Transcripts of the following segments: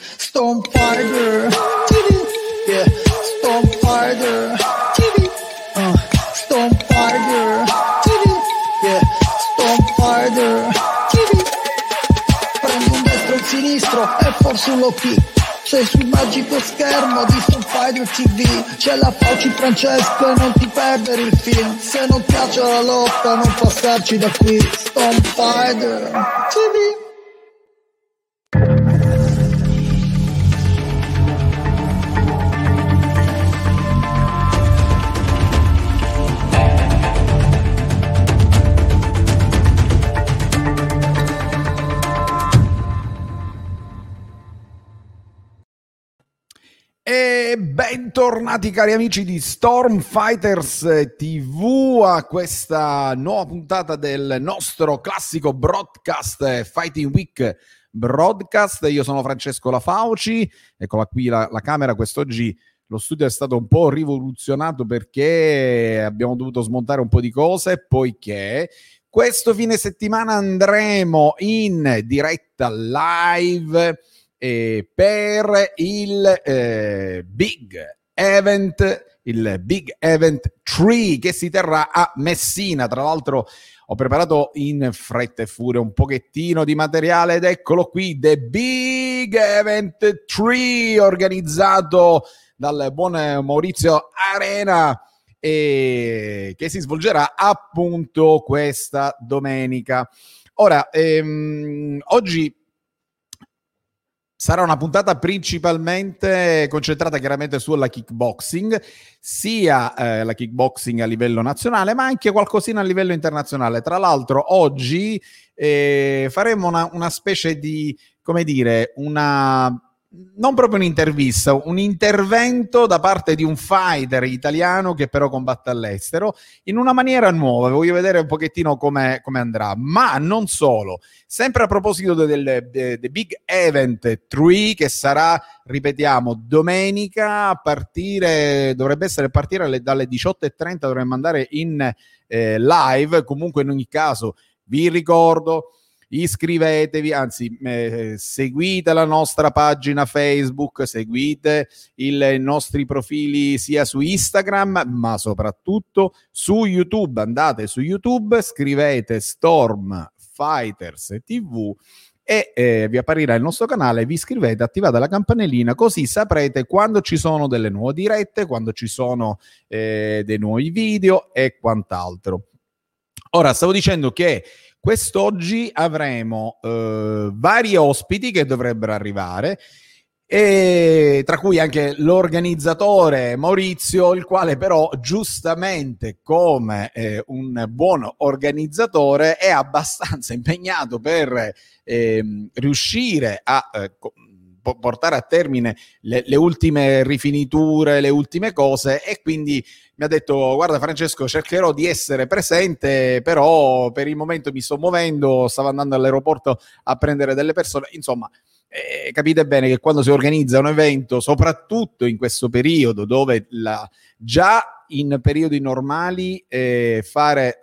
Storm Fighter TV, yeah. Storm Fighter TV, Storm Fighter TV, yeah. Storm Fighter TV. Prendi un destro e un sinistro e forse un low kick. Sei sul magico schermo di Storm Fighter TV. C'è la Fauci Francesco e non ti perdere il film. Se non piace la lotta non passarci da qui. Storm Fighter TV. E bentornati cari amici di Storm Fighters TV a questa nuova puntata del nostro classico broadcast Fighting Week Broadcast. Io sono Francesco La Fauci, eccola qui la camera. Quest'oggi lo studio è stato un po' rivoluzionato perché abbiamo dovuto smontare un po' di cose, poiché questo fine settimana andremo in diretta live per il Big Event 3 che si terrà a Messina. Tra l'altro ho preparato in fretta e furia un pochettino di materiale ed eccolo qui, The Big Event 3, organizzato dal buon Maurizio Arena, e che si svolgerà appunto questa domenica. Ora, oggi sarà una puntata principalmente concentrata chiaramente sulla kickboxing, sia la kickboxing a livello nazionale, ma anche qualcosina a livello internazionale. Tra l'altro oggi faremo una specie di, come dire, non proprio un'intervista, un intervento da parte di un fighter italiano che però combatte all'estero in una maniera nuova. Voglio vedere un pochettino come andrà, ma non solo. Sempre a proposito del Big Event 3, che sarà, ripetiamo, domenica dovrebbe partire dalle 18:30, dovremmo andare in live. Comunque in ogni caso vi ricordo, iscrivetevi, anzi seguite la nostra pagina Facebook, seguite i nostri profili sia su Instagram ma soprattutto su YouTube. Andate su YouTube, scrivete Storm Fighters TV e vi apparirà il nostro canale, vi iscrivete, attivate la campanellina, così saprete quando ci sono delle nuove dirette, quando ci sono dei nuovi video e quant'altro. Ora, stavo dicendo che quest'oggi avremo vari ospiti che dovrebbero arrivare, e tra cui anche l'organizzatore Maurizio, il quale però giustamente, come un buon organizzatore, è abbastanza impegnato per riuscire a portare a termine le ultime rifiniture, le ultime cose, e quindi mi ha detto: guarda Francesco, cercherò di essere presente, però per il momento mi sto muovendo, stavo andando all'aeroporto a prendere delle persone. Insomma, capite bene che quando si organizza un evento, soprattutto in questo periodo dove già in periodi normali fare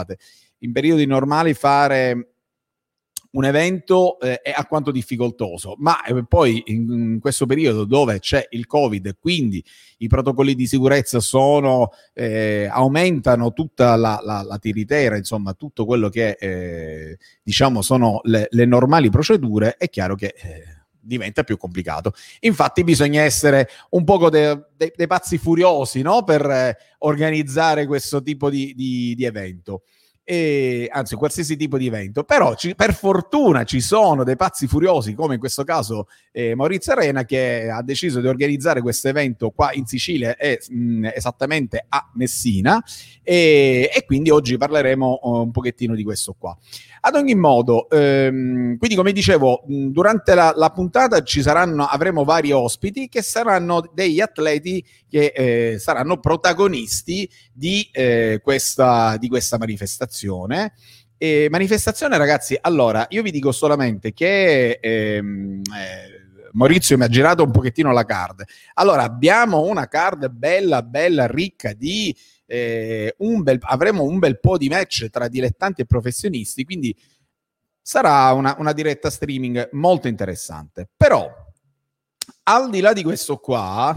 un evento è alquanto difficoltoso, ma poi in questo periodo dove c'è il Covid, quindi i protocolli di sicurezza aumentano tutta la tiritera, insomma tutto quello che diciamo sono le normali procedure, è chiaro che diventa più complicato. Infatti bisogna essere un poco dei pazzi furiosi, no? Per organizzare questo tipo di evento. Anzi qualsiasi tipo di evento, però per fortuna ci sono dei pazzi furiosi, come in questo caso Maurizio Arena, che ha deciso di organizzare questo evento qua in Sicilia, esattamente a Messina, e quindi oggi parleremo un pochettino di questo qua. Ad ogni modo, quindi come dicevo, durante la puntata avremo vari ospiti che saranno degli atleti che saranno protagonisti di questa manifestazione. Manifestazione, ragazzi, allora io vi dico solamente che Maurizio mi ha girato un pochettino la card. Allora, abbiamo una card bella ricca di avremo un bel po' di match tra dilettanti e professionisti, quindi sarà una diretta streaming molto interessante. Però al di là di questo qua,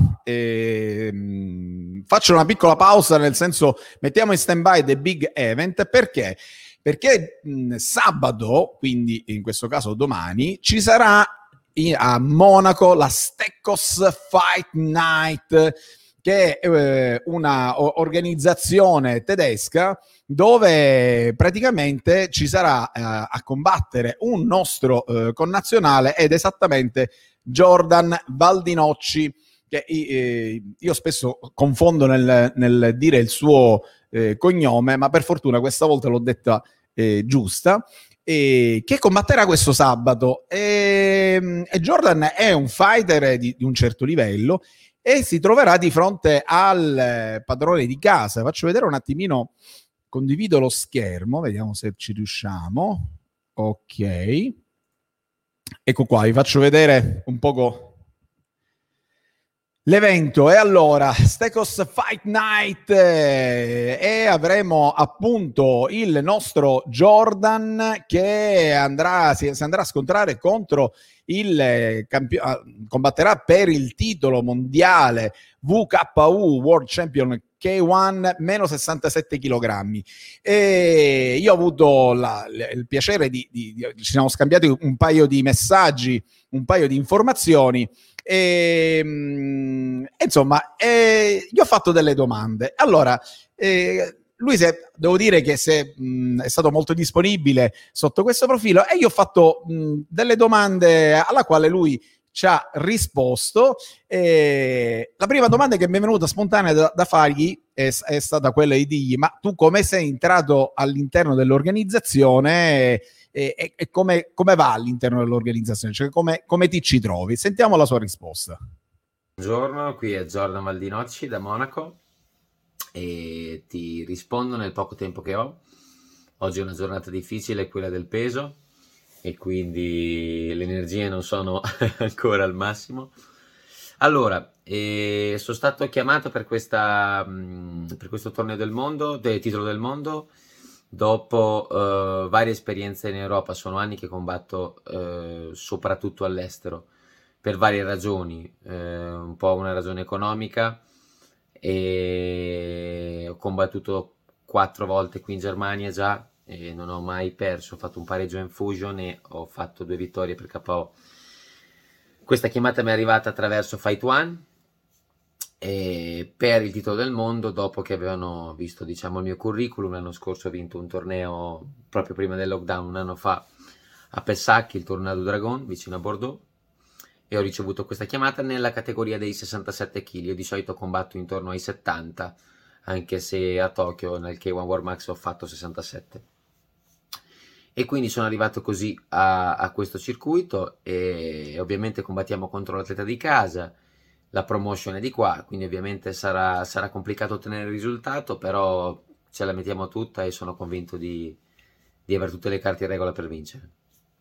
faccio una piccola pausa, nel senso mettiamo in stand-by The Big Event, perché? Perché sabato, quindi in questo caso domani, ci sarà a Monaco la Steccos Fight Night, che è una organizzazione tedesca dove praticamente ci sarà a combattere un nostro connazionale, ed esattamente Jordan Valdinocci, che io spesso confondo nel dire il suo cognome, ma per fortuna questa volta l'ho detta giusta, che combatterà questo sabato. E Jordan è un fighter di un certo livello e si troverà di fronte al padrone di casa. Faccio vedere un attimino, condivido lo schermo, vediamo se ci riusciamo. Ok, ecco qua, vi faccio vedere un poco l'evento. E allora, Steccos Fight Night, e avremo appunto il nostro Jordan che si andrà a scontrare contro il combatterà per il titolo mondiale WKU World Champion K1 meno 67 kg. E io ho avuto il piacere ci siamo scambiati un paio di messaggi, un paio di informazioni. Insomma, gli ho fatto delle domande. Allora, lui devo dire che è stato molto disponibile sotto questo profilo, e io ho fatto delle domande alla quale lui ci ha risposto. La prima domanda che mi è venuta spontanea da fargli è stata quella di dirgli: ma tu come sei entrato all'interno dell'organizzazione e come va all'interno dell'organizzazione, cioè come ti ci trovi? Sentiamo la sua risposta. Buongiorno, qui è Jordan Valdinocci da Monaco e ti rispondo nel poco tempo che ho. Oggi è una giornata difficile, quella del peso, e quindi le energie non sono ancora al massimo. Allora, sono stato chiamato per questo torneo del mondo, del titolo del mondo, dopo varie esperienze in Europa. Sono anni che combatto soprattutto all'estero per varie ragioni, un po' una ragione economica, e ho combattuto 4 volte qui in Germania già e non ho mai perso. Ho fatto un pareggio in Fusion e ho fatto 2 vittorie per KO. Questa chiamata mi è arrivata attraverso Fight One per il titolo del mondo, dopo che avevano visto, diciamo, il mio curriculum. L'anno scorso ho vinto un torneo proprio prima del lockdown, un anno fa, a Pessacchi, il Tornado Dragon, vicino a Bordeaux, e ho ricevuto questa chiamata nella categoria dei 67 kg. Io di solito combatto intorno ai 70, anche se a Tokyo nel K1 World Max ho fatto 67. E quindi sono arrivato così a questo circuito, e ovviamente combattiamo contro l'atleta di casa, la promotion è di qua, quindi ovviamente sarà complicato ottenere il risultato, però ce la mettiamo tutta e sono convinto di avere tutte le carte in regola per vincere.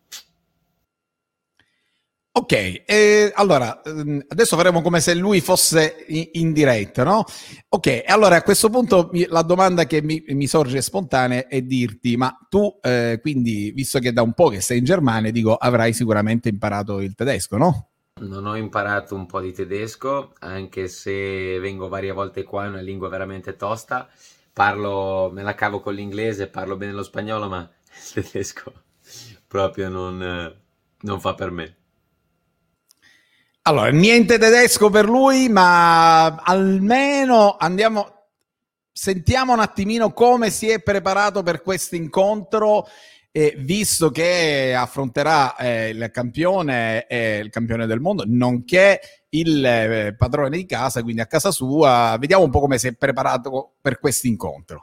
Ok, allora adesso faremo come se lui fosse in diretta, no? Ok, allora a questo punto la domanda che mi sorge spontanea è dirti: ma tu quindi, visto che da un po' che sei in Germania, dico, avrai sicuramente imparato il tedesco, no? Non ho imparato un po' di tedesco, anche se vengo varie volte qua, è una lingua veramente tosta. Me la cavo con l'inglese, parlo bene lo spagnolo, ma il tedesco proprio non fa per me. Allora, niente tedesco per lui, ma almeno sentiamo un attimino come si è preparato per questo incontro, visto che affronterà il campione del mondo, nonché il padrone di casa, quindi a casa sua. Vediamo un po' come si è preparato per questo incontro.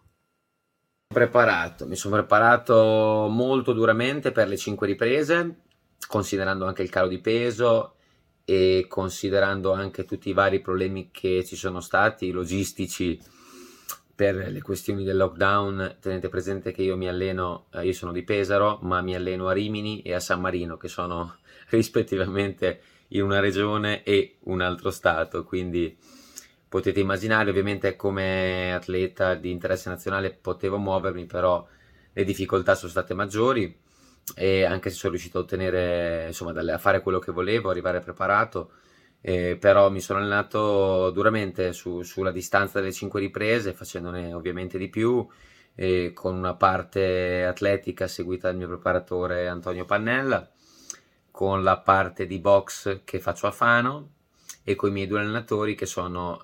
Mi sono preparato molto duramente per le 5 riprese, considerando anche il calo di peso e considerando anche tutti i vari problemi che ci sono stati logistici per le questioni del lockdown. Tenete presente che io sono di Pesaro, ma mi alleno a Rimini e a San Marino, che sono rispettivamente in una regione e un altro stato, quindi potete immaginare. Ovviamente come atleta di interesse nazionale potevo muovermi, però le difficoltà sono state maggiori, e anche se sono riuscito a ottenere, insomma, a fare quello che volevo, arrivare preparato, però mi sono allenato duramente sulla distanza delle 5 riprese, facendone ovviamente di più, con una parte atletica seguita dal mio preparatore Antonio Pannella, con la parte di box che faccio a Fano e con i miei due allenatori che sono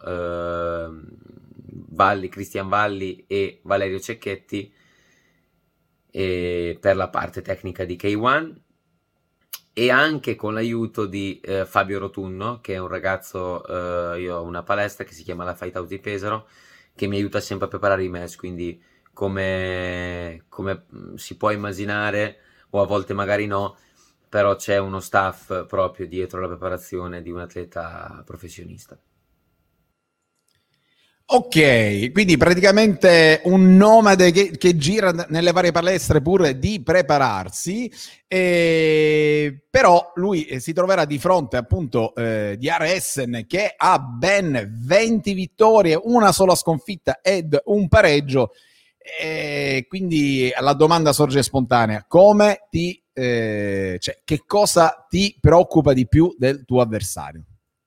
Cristian Valli e Valerio Cecchetti, per la parte tecnica di K1, e anche con l'aiuto di Fabio Rotunno, che è un ragazzo, io ho una palestra che si chiama la Fight House di Pesaro, che mi aiuta sempre a preparare i match, quindi come si può immaginare, o a volte magari no, però c'è uno staff proprio dietro la preparazione di un atleta professionista. Ok, quindi praticamente un nomade che gira nelle varie palestre pur di prepararsi, però lui si troverà di fronte appunto di Aressen, che ha ben 20 vittorie, una sola sconfitta ed un pareggio, quindi la domanda sorge spontanea: come cioè, che cosa ti preoccupa di più del tuo avversario?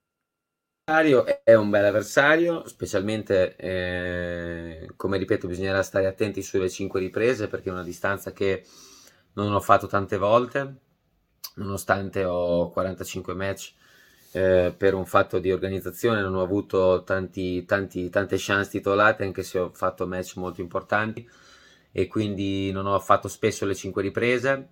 È un bel avversario, specialmente come ripeto, bisognerà stare attenti sulle 5 riprese, perché è una distanza che non ho fatto tante volte, nonostante ho 45 match. Per un fatto di organizzazione non ho avuto tante chance titolate, anche se ho fatto match molto importanti, e quindi non ho fatto spesso le 5 riprese.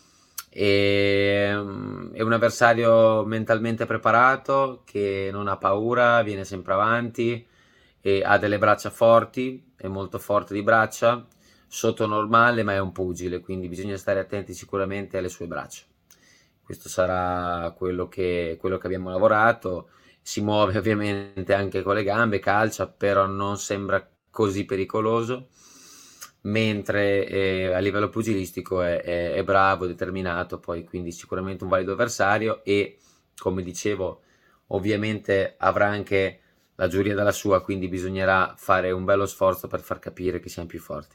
È un avversario mentalmente preparato, che non ha paura, viene sempre avanti e ha delle braccia forti, è molto forte di braccia, sotto normale, ma è un pugile, quindi bisogna stare attenti sicuramente alle sue braccia. Questo sarà quello che abbiamo lavorato. Si muove ovviamente anche con le gambe, calcia, però non sembra così pericoloso, mentre a livello pugilistico è bravo, determinato, poi quindi sicuramente un valido avversario, e come dicevo ovviamente avrà anche la giuria dalla sua, quindi bisognerà fare un bello sforzo per far capire che siamo più forti.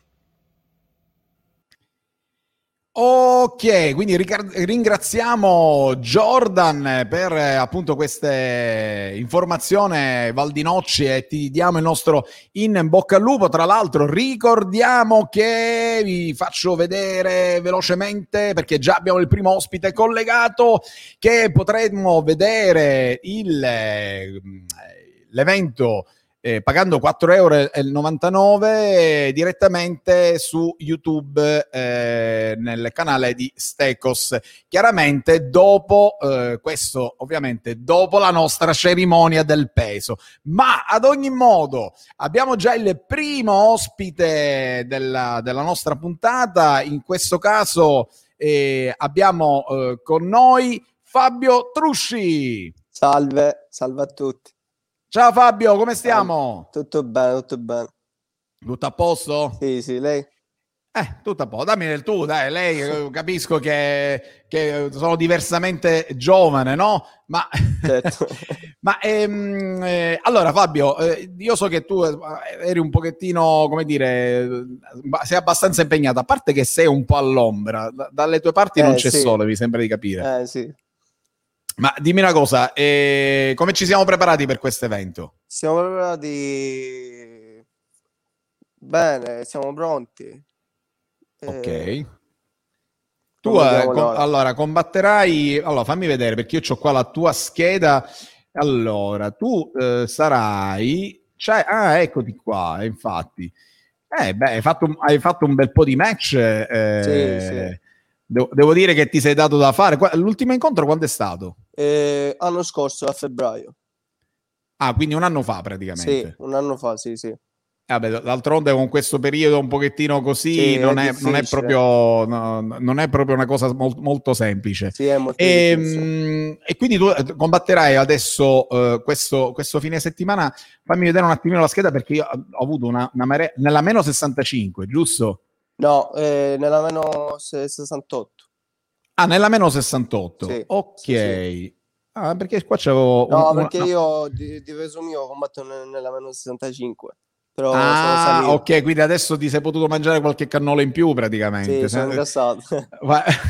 Ok, quindi ringraziamo Jordan per appunto queste informazioni, Valdinocci, e ti diamo il nostro in bocca al lupo. Tra l'altro ricordiamo che vi faccio vedere velocemente, perché già abbiamo il primo ospite collegato, che potremmo vedere l'evento pagando 4,99 € direttamente su YouTube, nel canale di Stecos, chiaramente dopo questo, ovviamente dopo la nostra cerimonia del peso. Ma ad ogni modo abbiamo già il primo ospite della nostra puntata. In questo caso abbiamo con noi Fabio Trusci. Salve a tutti. Ciao Fabio, come stiamo? Tutto bene, tutto bene. Tutto a posto? Sì, lei? Tutto a posto. Dammi del tu, dai, lei capisco che sono diversamente giovane, no? Ma, Certo. ma allora Fabio, io so che tu eri un pochettino, come dire, sei abbastanza impegnato, a parte che sei un po' all'ombra, dalle tue parti non c'è sole, mi sembra di capire. Sì. Ma dimmi una cosa, come ci siamo preparati per questo evento? Siamo preparati bene, siamo pronti. Ok. Tu allora combatterai, allora fammi vedere, perché io ho qua la tua scheda. Allora, tu sarai, eccoti qua, infatti. Hai fatto un bel po' di match. Sì. Devo dire che ti sei dato da fare. L'ultimo incontro quando è stato? Anno scorso, a febbraio. Quindi un anno fa praticamente. Sì, un anno fa, sì. Vabbè, d'altronde con questo periodo un pochettino così non è proprio una cosa molto semplice. Sì, è molto difficile. E quindi tu combatterai adesso questo fine settimana. Fammi vedere un attimino la scheda, perché io ho avuto una marea nella meno 65, giusto? No, nella meno 68. Nella meno 68. Sì, ok. Sì. Perché qua c'avevo perché io di peso mio combatto nella meno 65. Però sono salito. Ok, quindi adesso ti sei potuto mangiare qualche cannolo in più praticamente. Sì, sono ingrassato.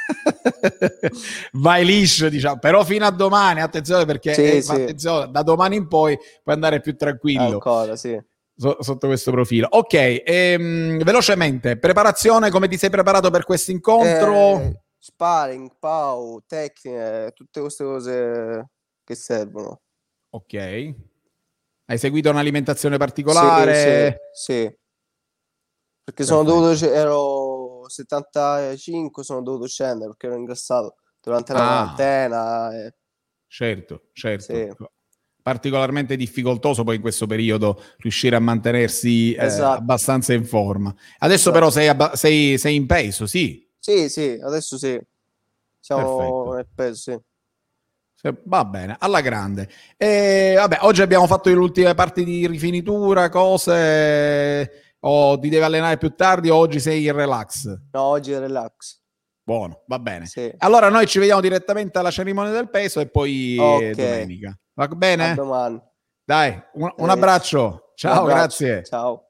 vai liscio, diciamo, però fino a domani, attenzione, perché Sì, attenzione, da domani in poi puoi andare più tranquillo ancora, sì. sotto questo profilo. Ok, velocemente, preparazione, come ti sei preparato per questo incontro? Sparring, POW, tecniche, tutte queste cose che servono. Ok, hai seguito un'alimentazione Sì, particolare? sì. Perché Perfetto. ero 75, sono dovuto scendere perché ero ingrassato durante la Ah, quarantena. certo. Sì, Particolarmente difficoltoso poi in questo periodo riuscire a mantenersi esatto, abbastanza in forma. Adesso però esatto. sei in peso, sì. Sì, adesso sì, siamo Perfetto. nel peso, sì. Va bene, alla grande. Vabbè, oggi abbiamo fatto le ultime parti di rifinitura, cose, o ti devi allenare più tardi o oggi sei in relax? No, oggi è relax. Buono, va bene. Sì, Allora noi ci vediamo direttamente alla cerimonia del peso e poi ok, domenica. Va a bene? domani. Dai, un Arrivederci. abbraccio. Un Ciao, abbraccio, grazie. ciao.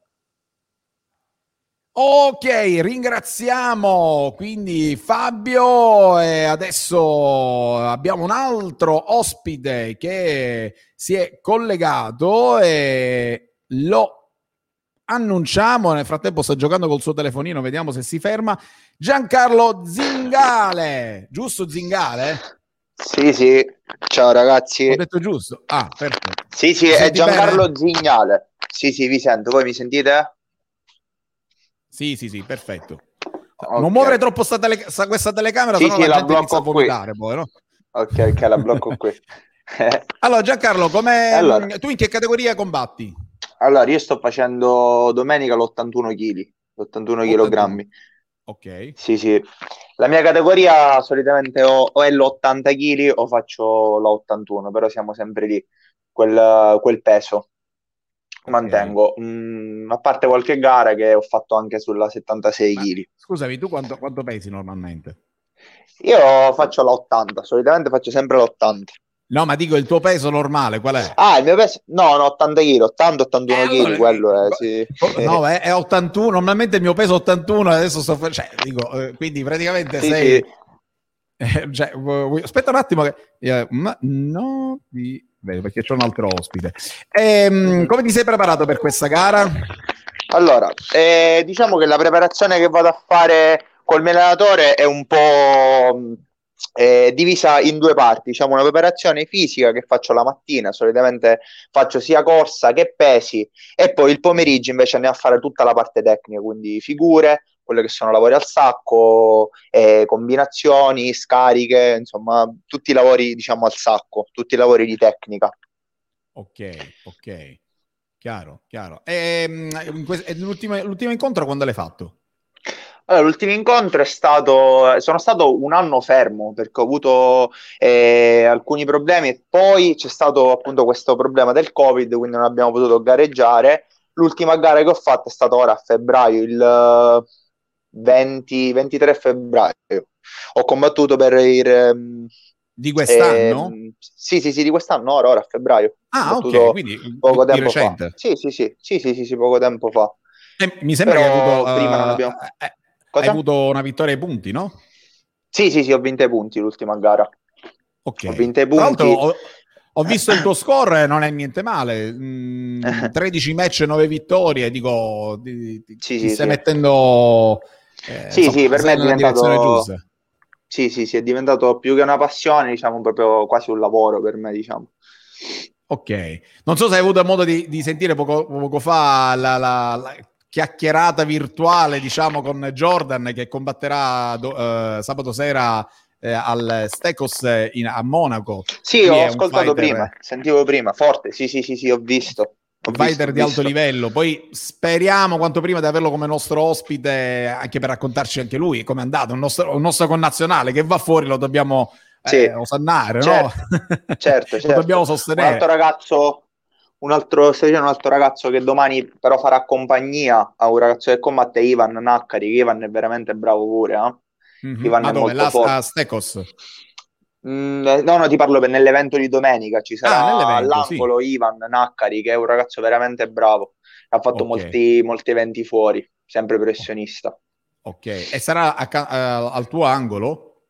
Ok, ringraziamo quindi Fabio e adesso abbiamo un altro ospite che si è collegato e lo annunciamo. Nel frattempo sta giocando col suo telefonino, vediamo se si ferma. Giancarlo Zingale, giusto Zingale? Sì, ciao ragazzi. Ho detto giusto? Ah, perfetto. Sì, Mi è senti bene? Giancarlo Zignale. Sì, vi sento. Voi mi sentite? Sì, perfetto. Non Ok. muovere troppo questa telecamera, sennò Sì, la la gente inizia a blocco qui. vomitare poi, no? Ok, la blocco qui. Allora, Giancarlo, Allora, tu in che categoria combatti? io sto facendo domenica l'81 kg, 81 81. kg. Ok. Sì. La mia categoria solitamente o è l'80 kg o faccio la 81, però siamo sempre lì, quel peso. Ok. Mantengo, a parte qualche gara che ho fatto anche sulla 76 Ma kg. scusami, tu quanto pesi normalmente? Io faccio la 80, solitamente faccio sempre la 80. No, ma dico il tuo peso normale, qual è? Ah, il mio peso? No, 80 kg, 80-81 kg, Allora, quello è, sì. no, è 81, normalmente il mio peso è 81 e adesso cioè, dico, quindi praticamente Sì. sei... cioè, aspetta un attimo che... no, beh, perché c'è un altro ospite. Mhm. Come ti sei preparato per questa gara? Allora, diciamo che la preparazione che vado a fare col mio allenatore è un po' divisa in due parti. Diciamo una preparazione fisica che faccio la mattina, solitamente faccio sia corsa che pesi, e poi il pomeriggio invece andiamo a fare tutta la parte tecnica, quindi figure, quelle che sono lavori al sacco, combinazioni, scariche, insomma, tutti i lavori, diciamo, al sacco, tutti i lavori di tecnica. Ok. Chiaro. E l'ultimo incontro quando l'hai fatto? Allora, l'ultimo incontro sono stato un anno fermo perché ho avuto alcuni problemi e poi c'è stato appunto questo problema del Covid, quindi non abbiamo potuto gareggiare. L'ultima gara che ho fatto è stata ora a febbraio, il 23 febbraio. Ho combattuto per il... Di quest'anno? sì, di quest'anno, ora a febbraio. Ho Ah, ok, combattuto quindi poco di tempo fa. recente. Sì, poco tempo fa. Mi sembra che Però prima non abbiamo... hai Cosa? avuto una vittoria ai punti, no? Sì, ho vinto i punti l'ultima gara. Ho Ok. vinto i Tra l'altro punti. ho visto il tuo score, non è niente male. 13 match e 9 vittorie. Dico, ti stai Sì. mettendo, Sì, insomma, per me sei è nella direzione diventato... giusta. Sì, è diventato più che una passione, diciamo, proprio quasi un lavoro per me, diciamo. Ok. Non so se hai avuto modo di sentire poco fa la chiacchierata virtuale, diciamo, con Jordan che combatterà sabato sera al Stekos a Monaco. Sì, Lui ho è un ascoltato prima, fighter. sentivo prima, forte, sì, ho visto, ho Un visto, ho fighter di alto visto. livello. Poi speriamo quanto prima di averlo come nostro ospite, anche per raccontarci anche lui come è andato. Un nostro connazionale che va fuori, lo dobbiamo Sì, osannare, no? certo, certo. Lo dobbiamo Un altro sostenere. ragazzo, sto dicendo un altro ragazzo che domani però farà compagnia a un ragazzo che combatte, Ivan Naccari, che Ivan è veramente bravo pure, eh? Mhm. Ivan Ma è dove? molto Là a forte. Stekos? No, ti parlo per nell'evento di domenica, ci Ah, sarà nell'evento, sì. all'angolo Ivan Naccari, che è un ragazzo veramente bravo, ha fatto Ok. molti eventi fuori, sempre professionista. Ok. E sarà al tuo angolo?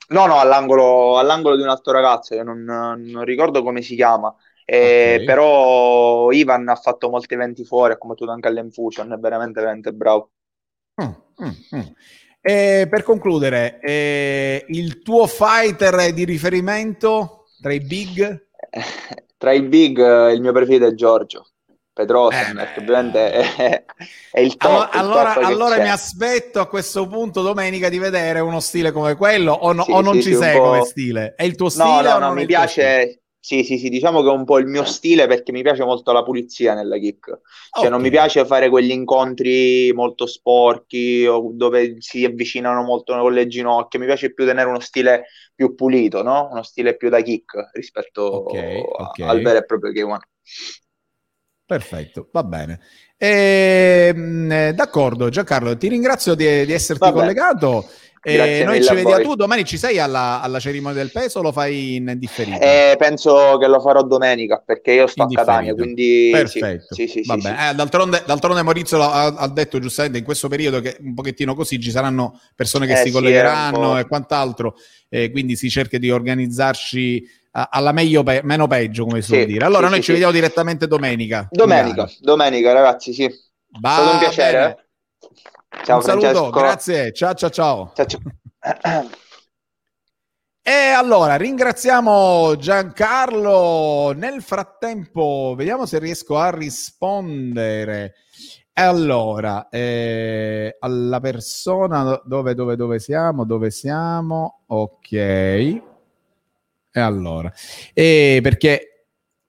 No, all'angolo di un altro ragazzo, io non ricordo come si chiama, Ok. però Ivan ha fatto molti eventi fuori, ha combattuto anche all'Enfusion, è veramente, veramente bravo. Mm, mm, mm. E per concludere, il tuo fighter di riferimento tra i big? Tra i big, il mio preferito è Giorgio Petrosen, perché ovviamente Beh. è Allora, il top che allora mi c'è. aspetto a questo punto domenica di vedere uno stile come quello o, o Sì, non sì, ci sì, un sei come po'. stile? È il tuo No, stile no, o no, non è mi il tuo stile? piace. Sì, sì, sì, diciamo che è un po' il mio stile perché mi piace molto la pulizia nella kick. Cioè, non Ok, mi piace fare quegli incontri molto sporchi o dove si avvicinano molto con le ginocchia. Mi piace più tenere uno stile più pulito, no? Uno stile più da kick ok, rispetto ok. al vero e proprio K1. Perfetto, va bene. D'accordo, Giancarlo, ti ringrazio di esserti Va bene, collegato. grazie Noi mille ci a vediamo. voi. Tu domani ci sei alla cerimonia del peso o lo fai in differita? Penso che lo farò domenica perché io sto In a Catania, differita. quindi sì, Perfetto. sì, sì, sì, sì. Vabbè, d'altronde Maurizio ha detto giustamente in questo periodo che un pochettino così ci saranno persone che si Sì, è un collegheranno po'. e quant'altro, quindi si cerca di organizzarci alla meno peggio, come si suol Sì, dire. Allora sì, noi sì, ci sì. vediamo direttamente domenica in Domenica, gara. domenica, ragazzi, sì. È stato un Va bene. piacere. Un Ciao saluto, Francesco. grazie. Ciao ciao ciao. Ciao, ciao. E allora ringraziamo Giancarlo. Nel frattempo, vediamo se riesco a rispondere. Allora, alla persona dove siamo? Dove siamo? Ok. E allora, perché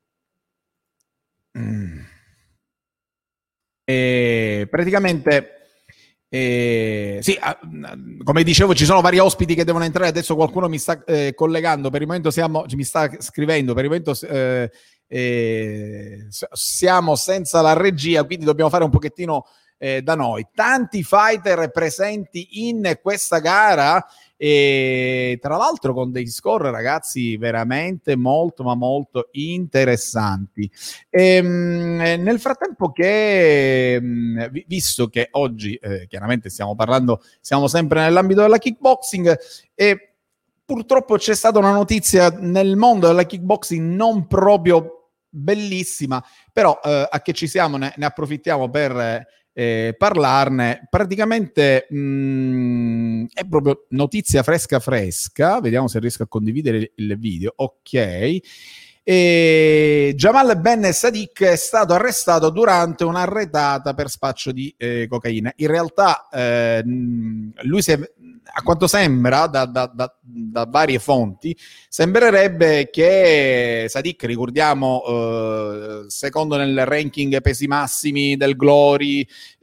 mm, praticamente sì, come dicevo, ci sono vari ospiti che devono entrare. Adesso qualcuno mi sta collegando. Per il momento mi sta scrivendo. Per il momento siamo senza la regia, quindi dobbiamo fare un pochettino da noi. Tanti fighter presenti in questa gara. E tra l'altro con dei score, ragazzi, veramente molto ma molto interessanti. Nel frattempo che, visto che oggi chiaramente stiamo parlando, siamo sempre nell'ambito della kickboxing e purtroppo c'è stata una notizia nel mondo della kickboxing non proprio bellissima, però a che ci siamo ne approfittiamo per parlarne. Praticamente è proprio notizia fresca fresca. Vediamo se riesco a condividere il video. Ok. E Jamal Ben Sadiq è stato arrestato durante una retata per spaccio di cocaina. In realtà lui a quanto sembra da varie fonti sembrerebbe che Sadiq, ricordiamo, secondo nel ranking pesi massimi del Glory,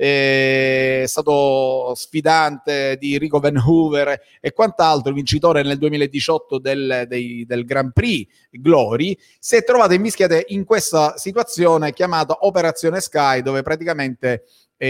è stato sfidante di Rico Van Hoover e quant'altro, vincitore nel 2018 del Grand Prix Glory, si è trovato invischiato in questa situazione chiamata Operazione Sky, dove praticamente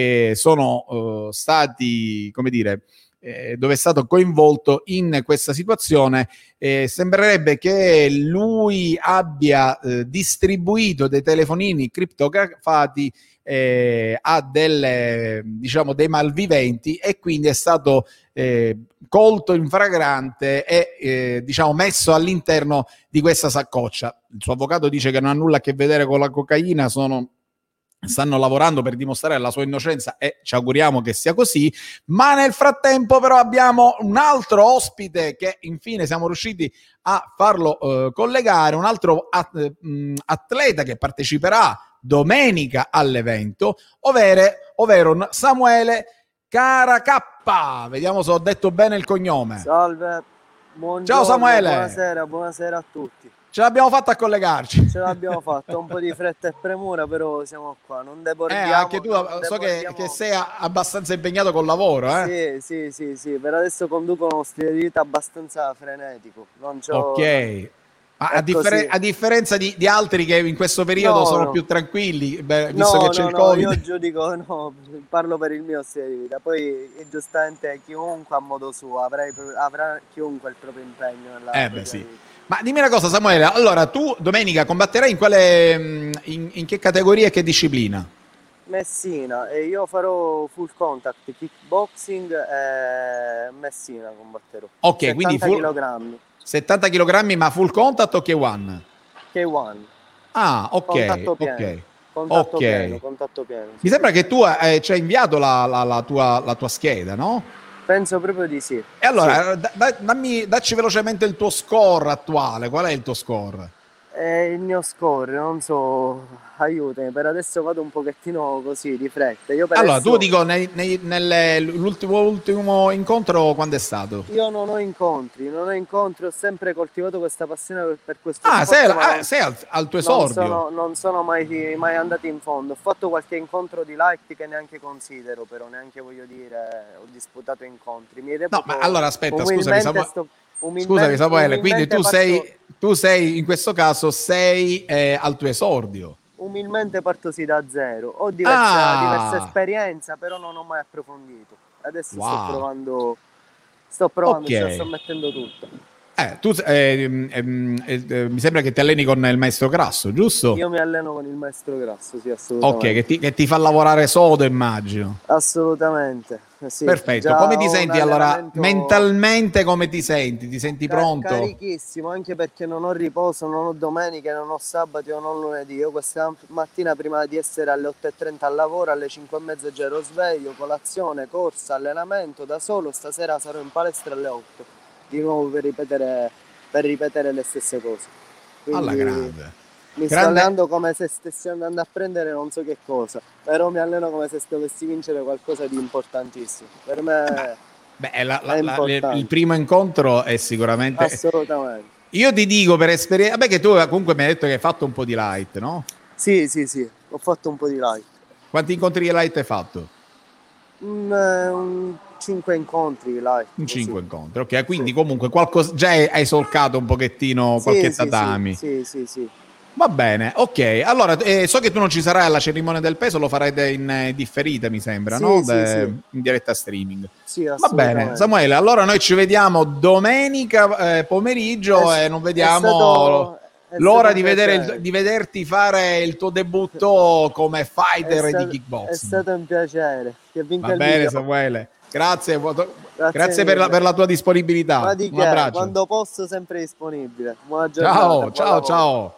sono stati, come dire, dove è stato coinvolto in questa situazione. Sembrerebbe che lui abbia distribuito dei telefonini criptografati a diciamo, dei malviventi e quindi è stato colto in fragrante e diciamo messo all'interno di questa saccoccia. Il suo avvocato dice che non ha nulla a che vedere con la cocaina, stanno lavorando per dimostrare la sua innocenza e ci auguriamo che sia così. Ma nel frattempo però abbiamo un altro ospite che infine siamo riusciti a farlo collegare, un altro atleta che parteciperà domenica all'evento, ovvero Samuele Caracappa. Vediamo se ho detto bene il cognome. Salve, Ciao buongiorno, Samuele. buonasera a tutti. Ce l'abbiamo fatta a collegarci. Ce l'abbiamo fatta, un po' di fretta e premura, però siamo qua, non debordiamo. Anche tu so che sei abbastanza impegnato col lavoro, eh? Sì, per adesso conduco uno stile di vita abbastanza frenetico. Ok. A differenza di altri che in questo periodo sono più tranquilli, visto che c'è il Covid. Io giudico, parlo per il mio stile di vita. Poi giustamente chiunque a modo suo avrà chiunque il proprio impegno nella Sì. vita. Ma dimmi una cosa, Samuele, allora tu domenica combatterai in che categoria e che disciplina? Messina, e io farò full contact, kickboxing e Messina combatterò. Ok, quindi 70 kg. 70 kg, ma full contact o K1? K1. Ah, ok, Contatto pieno. ok. Contatto Ok. pieno, contatto pieno. Mi sembra che tu ci hai inviato la tua scheda, no? Penso proprio di sì. E allora, dacci velocemente il tuo score attuale. Qual è il tuo score? Il mio score, non so, aiutami, per adesso vado un pochettino così di fretta. Io per Allora, adesso, tu dico, l'ultimo incontro quando è stato? io non ho incontri, ho sempre coltivato questa passione per questo Ah, sport, ma sei al tuo non esordio. non sono mai andato in fondo. Ho fatto qualche incontro di light che neanche considero, però neanche voglio dire, ho disputato incontri. No, ma allora aspetta, scusami, Samuele, quindi tu sei in questo caso sei al tuo esordio. Umilmente parto sì da zero. Ho diversa esperienza, però non ho mai approfondito. Adesso sto provando, Ok. sto mettendo tutto. Mi sembra che ti alleni con il maestro Grasso, giusto? Io mi alleno con il maestro Grasso, sì, assolutamente. Ok, che ti fa lavorare sodo, immagino. Assolutamente. Sì, Perfetto. Come ti senti allora? Mentalmente come ti senti? Ti senti pronto? Carichissimo, anche perché non ho riposo, non ho domeniche, non ho sabati, non ho lunedì. Io questa mattina, prima di essere alle 8:30 al lavoro, alle 5:30 già ero sveglio, colazione, corsa, allenamento da solo. Stasera sarò in palestra alle 8, di nuovo per ripetere le stesse cose. Quindi, alla grande. Mi sto allenando come se stessi andando a prendere non so che cosa, però mi alleno come se dovessi vincere qualcosa di importantissimo. Per me il primo incontro è sicuramente... Assolutamente. Io ti dico per esperienza... Vabbè, che tu comunque mi hai detto che hai fatto un po' di light, no? Sì, ho fatto un po' di light. Quanti incontri di light hai fatto? 5 incontri light. 5 incontri, ok, quindi sì. Comunque qualcosa già hai solcato un pochettino qualche tatami. Sì. Va bene, ok. Allora, so che tu non ci sarai alla cerimonia del peso, lo farete in differita, mi sembra, no? Sì. In diretta streaming. Sì, va bene, Samuele, allora noi ci vediamo domenica pomeriggio e non vediamo l'ora di vederti fare il tuo debutto come fighter di kickboxing. È stato un piacere. Va bene, Samuele. Grazie per la tua disponibilità. Ma di un abbraccio. Quando posso, sempre disponibile. Buona giornata. Ciao.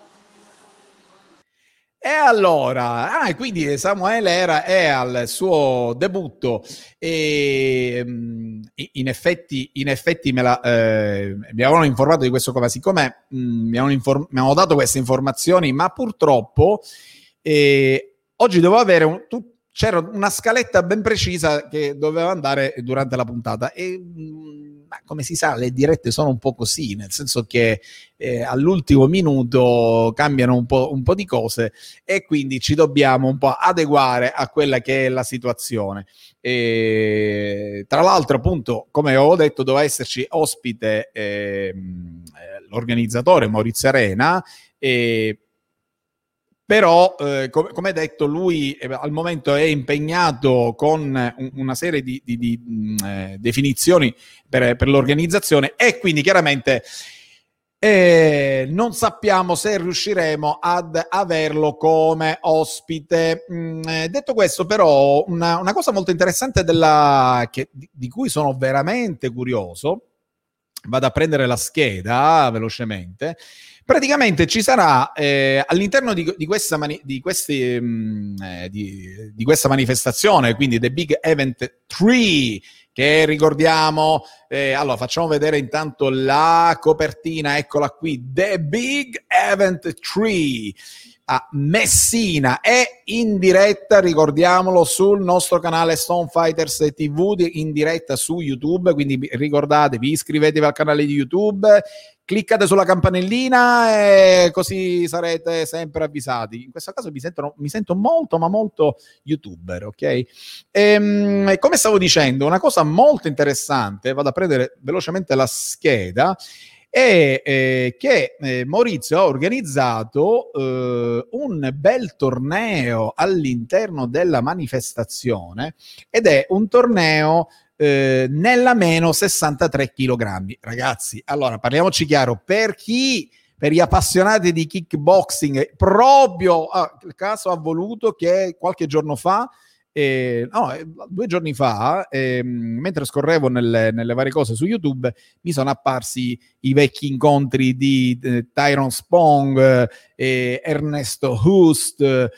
E allora, quindi Samuele è al suo debutto e in effetti mi avevano informato di questo come, siccome mi hanno dato queste informazioni, ma purtroppo oggi dovevo avere c'era una scaletta ben precisa che doveva andare durante la puntata e come si sa le dirette sono un po' così, nel senso che all'ultimo minuto cambiano un po' di cose e quindi ci dobbiamo un po' adeguare a quella che è la situazione. Tra l'altro, appunto, come avevo detto, doveva esserci ospite l'organizzatore Maurizio Arena, però come detto lui al momento è impegnato con una serie di definizioni per l'organizzazione e quindi chiaramente non sappiamo se riusciremo ad averlo come ospite. Detto questo, però, una cosa molto interessante di cui sono veramente curioso, vado a prendere la scheda velocemente. Praticamente ci sarà all'interno di questa manifestazione, quindi The Big Event 3, che ricordiamo, allora facciamo vedere intanto la copertina, eccola qui, The Big Event 3 a Messina, è in diretta, ricordiamolo, sul nostro canale Stone Fighters TV, in diretta su YouTube, quindi ricordatevi, iscrivetevi al canale di YouTube, cliccate sulla campanellina e così sarete sempre avvisati. In questo caso mi sento molto ma molto youtuber, ok? Come stavo dicendo, una cosa molto interessante, vado a prendere velocemente la scheda, è che Maurizio ha organizzato un bel torneo all'interno della manifestazione ed è un torneo nella meno 63 kg. Ragazzi, allora parliamoci chiaro, per chi per gli appassionati di kickboxing. Proprio il caso ha voluto che qualche giorno fa, 2 giorni fa, mentre scorrevo nelle varie cose su YouTube, mi sono apparsi i vecchi incontri di Tyrone Spong, Ernesto Hust,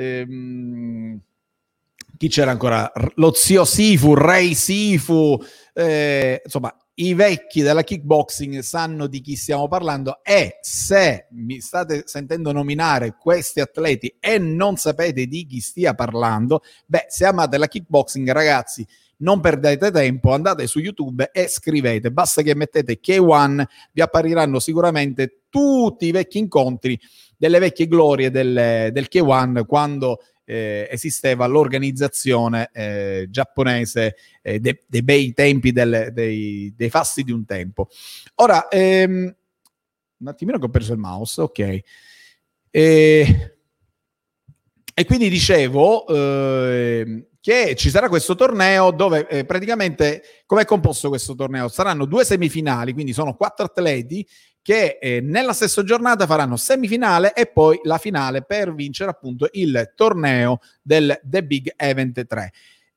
chi c'era ancora? Lo zio Sifu, Ray Sifu, insomma, i vecchi della kickboxing sanno di chi stiamo parlando, e se mi state sentendo nominare questi atleti e non sapete di chi stia parlando, se amate la kickboxing, ragazzi, non perdete tempo, andate su YouTube e scrivete, basta che mettete K1, vi appariranno sicuramente tutti i vecchi incontri delle vecchie glorie del K1 quando esisteva l'organizzazione giapponese dei bei tempi, dei fasti di un tempo. Ora, un attimino che ho perso il mouse, ok. E quindi dicevo che ci sarà questo torneo dove praticamente, com'è composto questo torneo? Saranno 2 semifinali, quindi sono 4 atleti che nella stessa giornata faranno semifinale e poi la finale per vincere appunto il torneo del The Big Event 3.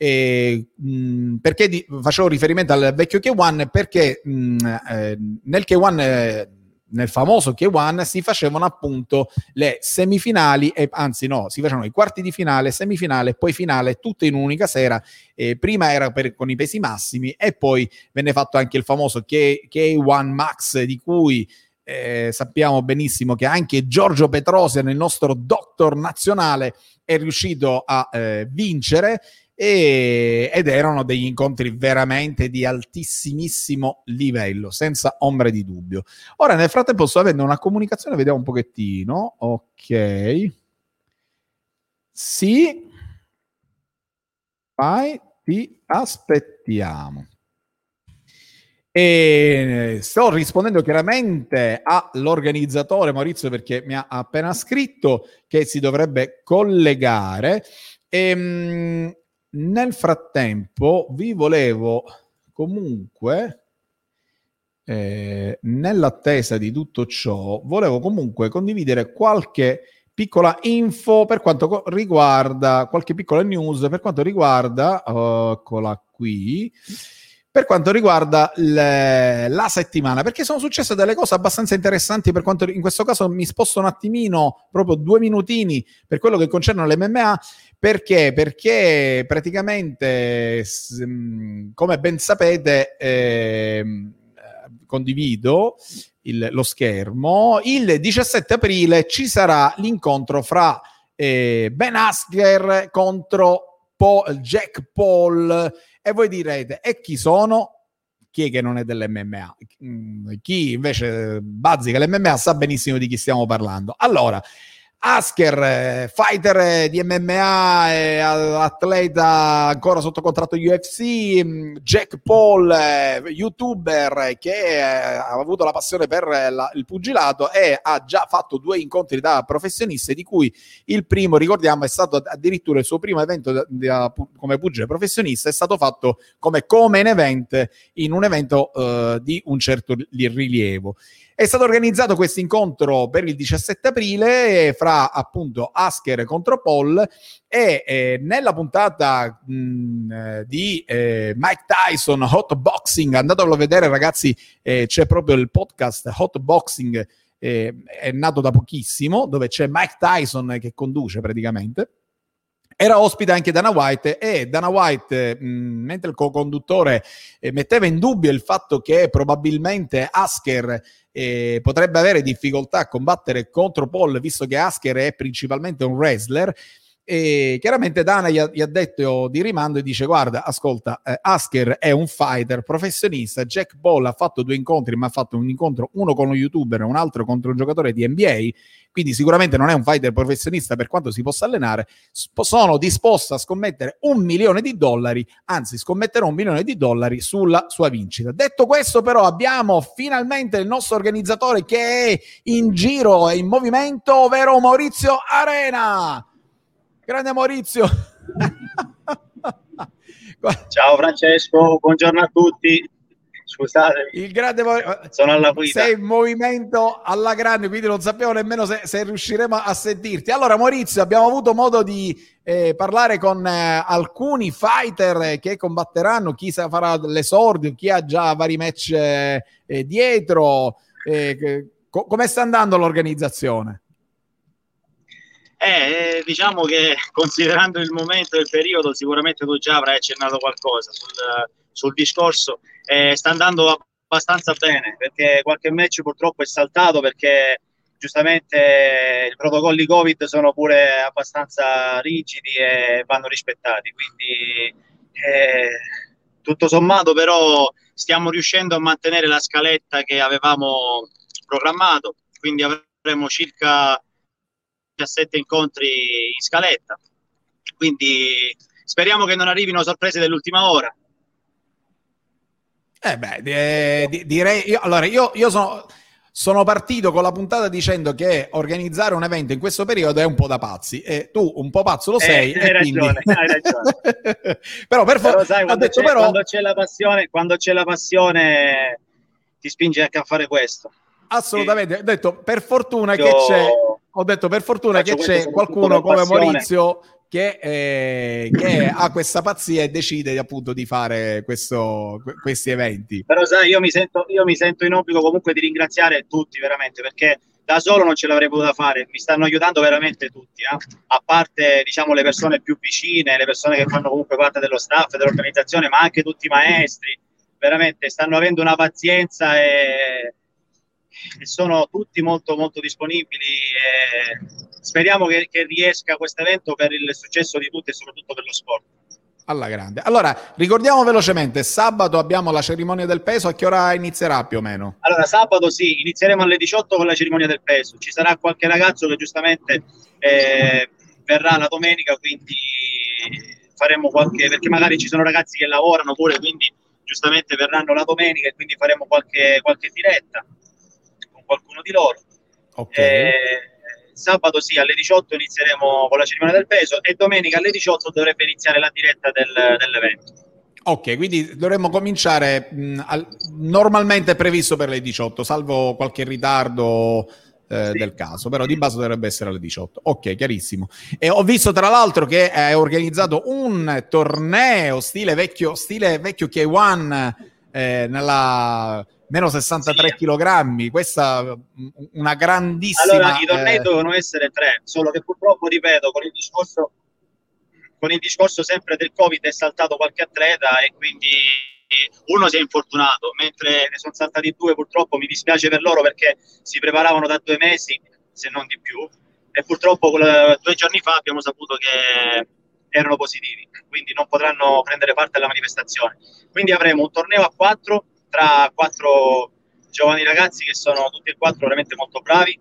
Perché facevo riferimento al vecchio K1? Perché nel K1, nel famoso K1, si facevano appunto le semifinali, si facevano i quarti di finale, semifinale e poi finale, tutte in un'unica sera. Prima era con i pesi massimi e poi venne fatto anche il famoso K1 Max, di cui sappiamo benissimo che anche Giorgio Petrosian, il nostro doctor nazionale, è riuscito a vincere, ed erano degli incontri veramente di altissimissimo livello, senza ombra di dubbio. Ora, nel frattempo sto avendo una comunicazione, vediamo un pochettino. Ok, sì, vai, ti aspettiamo. E sto rispondendo chiaramente all'organizzatore Maurizio, perché mi ha appena scritto che si dovrebbe collegare. Nel frattempo vi volevo comunque, nell'attesa di tutto ciò, volevo comunque condividere qualche piccola info per quanto riguarda, qualche piccola news per quanto riguarda, eccola qui, per quanto riguarda la settimana, perché sono successe delle cose abbastanza interessanti. Per quanto in questo caso mi sposto un attimino, proprio 2 minutini, per quello che concerne l'MMA. Perché praticamente, come ben sapete, condivido lo schermo, il 17 aprile ci sarà l'incontro fra Ben Askren contro Jack Paul, e voi direte, e chi sono? Chi è che non è dell'MMA? Chi invece bazzica l'MMA sa benissimo di chi stiamo parlando. Allora, Askren, fighter di MMA, atleta ancora sotto contratto UFC, Jack Paul, youtuber che ha avuto la passione per il pugilato e ha già fatto 2 incontri da professionista, di cui il primo, ricordiamo, è stato addirittura il suo primo evento come pugile professionista, è stato fatto come main event in un evento di un certo rilievo. È stato organizzato questo incontro per il 17 aprile fra appunto Askren contro Paul, e nella puntata di Mike Tyson Hot Boxing, andatelo a vedere ragazzi, c'è proprio il podcast Hot Boxing, è nato da pochissimo, dove c'è Mike Tyson che conduce praticamente. Era ospite anche Dana White, e Dana White, mentre il co-conduttore metteva in dubbio il fatto che probabilmente Askren potrebbe avere difficoltà a combattere contro Paul, visto che Askren è principalmente un wrestler, e chiaramente Dana gli ha detto di rimando e dice: guarda, ascolta, Askren è un fighter professionista, Jack Paul ha fatto 2 incontri, ma ha fatto un incontro, uno con uno youtuber e un altro contro un giocatore di NBA, quindi sicuramente non è un fighter professionista per quanto si possa allenare. Sono disposto a scommettere $1 milione, anzi scommetterò $1 milione sulla sua vincita. Detto questo, però, abbiamo finalmente il nostro organizzatore che è in giro e in movimento, ovvero Maurizio Arena. Grande Maurizio. Ciao Francesco, buongiorno a tutti. Scusatemi, il grande sono alla guida. sei in movimento alla grande, quindi non sappiamo nemmeno se riusciremo a sentirti. Allora Maurizio, abbiamo avuto modo di parlare con alcuni fighter che combatteranno, chi farà l'esordio, chi ha già vari match dietro. Come sta andando l'organizzazione? Diciamo che considerando il momento e il periodo, sicuramente tu già avrai accennato qualcosa sul discorso. Sta andando abbastanza bene, perché qualche match purtroppo è saltato perché giustamente i protocolli Covid sono pure abbastanza rigidi e vanno rispettati, quindi tutto sommato però stiamo riuscendo a mantenere la scaletta che avevamo programmato, quindi avremo circa 17 incontri in scaletta, quindi speriamo che non arrivino sorprese dell'ultima ora. Direi io sono partito con la puntata dicendo che organizzare un evento in questo periodo è un po' da pazzi, e tu un po' pazzo lo sei, hai ragione. però sai, quando c'è la passione ti spinge anche a fare questo. Assolutamente, ho detto per fortuna che c'è qualcuno come Maurizio che ha questa pazzia e decide appunto di fare questi eventi. Però sai, io mi sento in obbligo comunque di ringraziare tutti veramente, perché da solo non ce l'avrei potuta fare, mi stanno aiutando veramente tutti, a parte diciamo le persone più vicine, le persone che fanno comunque parte dello staff, dell'organizzazione, ma anche tutti i maestri, veramente stanno avendo una pazienza e sono tutti molto molto disponibili, e speriamo che riesca questo evento per il successo di tutti e soprattutto per lo sport. Alla grande. Allora, ricordiamo velocemente, sabato abbiamo la cerimonia del peso, a che ora inizierà più o meno? Allora, sabato sì, inizieremo alle 18 con la cerimonia del peso, ci sarà qualche ragazzo che giustamente verrà la domenica, quindi faremo perché magari ci sono ragazzi che lavorano pure, quindi giustamente verranno la domenica e quindi faremo qualche diretta qualcuno di loro. Okay. Sabato sì, alle 18 inizieremo con la cerimonia del peso e domenica alle 18 dovrebbe iniziare la diretta dell'evento. Ok, quindi dovremmo cominciare normalmente previsto per le 18, salvo qualche ritardo del caso, però di base dovrebbe essere alle 18. Ok, chiarissimo. E ho visto tra l'altro che hai organizzato un torneo stile vecchio K1 nella meno 63 kg, questa una grandissima... Allora, i tornei dovevano essere 3, solo che purtroppo, ripeto, con il discorso sempre del Covid è saltato qualche atleta e quindi uno si è infortunato, mentre ne sono saltati 2, purtroppo mi dispiace per loro perché si preparavano da 2 mesi, se non di più, e purtroppo 2 giorni fa abbiamo saputo che erano positivi, quindi non potranno prendere parte alla manifestazione. Quindi avremo un torneo a 4 tra 4 giovani ragazzi che sono tutti e 4 veramente molto bravi,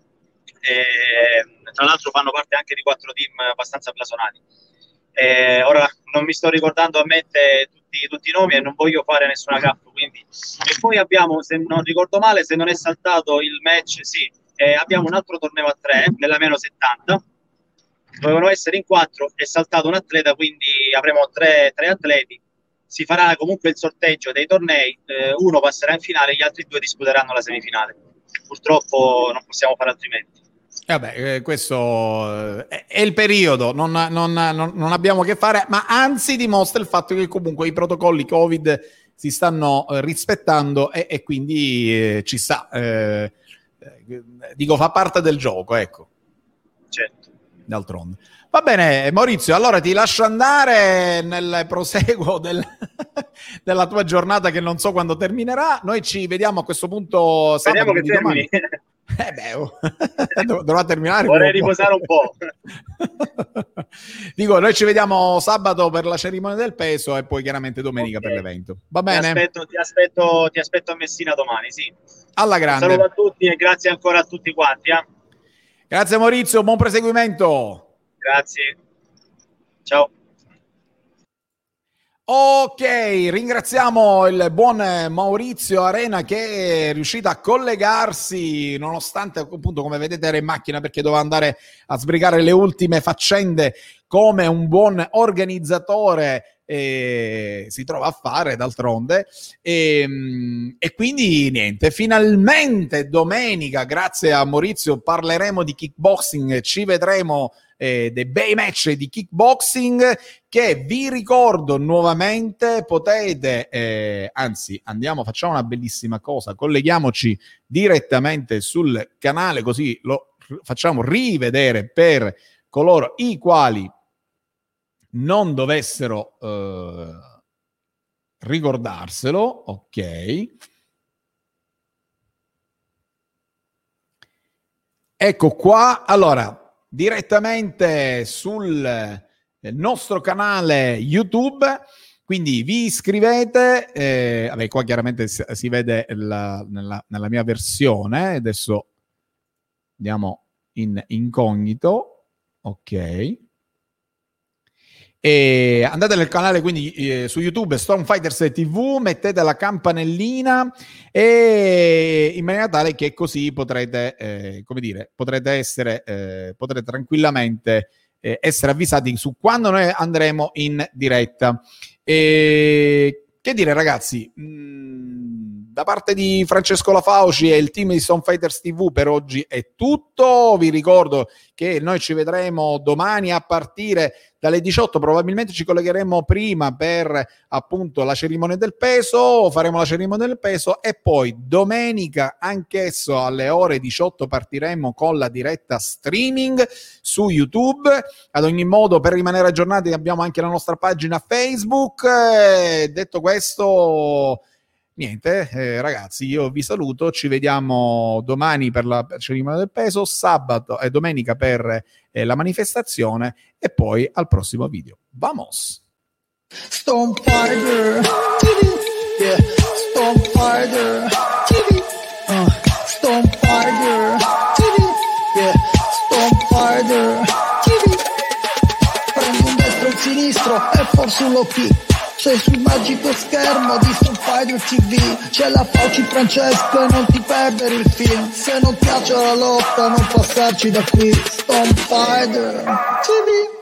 e tra l'altro fanno parte anche di 4 team abbastanza blasonati. Ora non mi sto ricordando a mente tutti i nomi e non voglio fare nessuna gaffa, quindi. E poi abbiamo, se non ricordo male, se non è saltato il match, sì, abbiamo un altro torneo a 3 nella meno 70, dovevano essere in 4, è saltato un atleta, quindi avremo 3 atleti. Si farà comunque il sorteggio dei tornei, uno passerà in finale, gli altri 2 disputeranno la semifinale. Purtroppo non possiamo fare altrimenti. Vabbè, questo è il periodo, non abbiamo che fare, ma anzi dimostra il fatto che comunque i protocolli Covid si stanno rispettando e quindi ci sta, dico, fa parte del gioco, ecco. Certo. D'altronde. Va bene, Maurizio, allora ti lascio andare nel proseguo della tua giornata che non so quando terminerà. Noi ci vediamo a questo punto sabato. Speriamo che termini. Dovrà terminare. Vorrei riposare un po'. Dico, noi ci vediamo sabato per la cerimonia del peso e poi chiaramente domenica per l'evento. Va bene? Ti aspetto a Messina domani, sì. Alla grande. Un saluto a tutti e grazie ancora a tutti quanti. Grazie Maurizio, buon proseguimento. Grazie. Ciao. Ok, ringraziamo il buon Maurizio Arena che è riuscito a collegarsi nonostante appunto, come vedete, era in macchina perché doveva andare a sbrigare le ultime faccende come un buon organizzatore si trova a fare d'altronde, e quindi niente, finalmente domenica, grazie a Maurizio, parleremo di kickboxing, ci vedremo dei bei match di kickboxing che vi ricordo nuovamente potete, anzi facciamo una bellissima cosa, colleghiamoci direttamente sul canale così lo facciamo rivedere per coloro i quali non dovessero ricordarselo. Ok, ecco qua. Allora, direttamente sul nostro canale YouTube, quindi vi iscrivete, qua chiaramente si vede nella mia versione, adesso andiamo in incognito, ok, e andate nel canale quindi su YouTube Storm Fighters TV, mettete la campanellina e in maniera tale che così potrete potrete tranquillamente essere avvisati su quando noi andremo in diretta. Che dire, ragazzi, da parte di Francesco Lafauci e il team di Storm Fighters TV per oggi è tutto. Vi ricordo che noi ci vedremo domani a partire dalle 18, probabilmente ci collegheremo prima per appunto la cerimonia del peso, faremo la cerimonia del peso e poi domenica anch'esso alle ore 18 partiremo con la diretta streaming su YouTube. Ad ogni modo, per rimanere aggiornati abbiamo anche la nostra pagina Facebook. Detto questo, niente, ragazzi, io vi saluto, ci vediamo domani per la cerimonia del peso, sabato e domenica per la manifestazione e poi al prossimo video. Vamos! Storm Fighter TV, yeah. Storm Fighter TV, Storm Fighter TV, yeah. Storm Fighter TV. Prendi un destro e un sinistro e forse un low kick. Sei sul magico schermo di Storm Fighter TV, c'è la Fauci Francesco e non ti perdere il film. Se non piace la lotta non passarci da qui. Storm Fighter TV.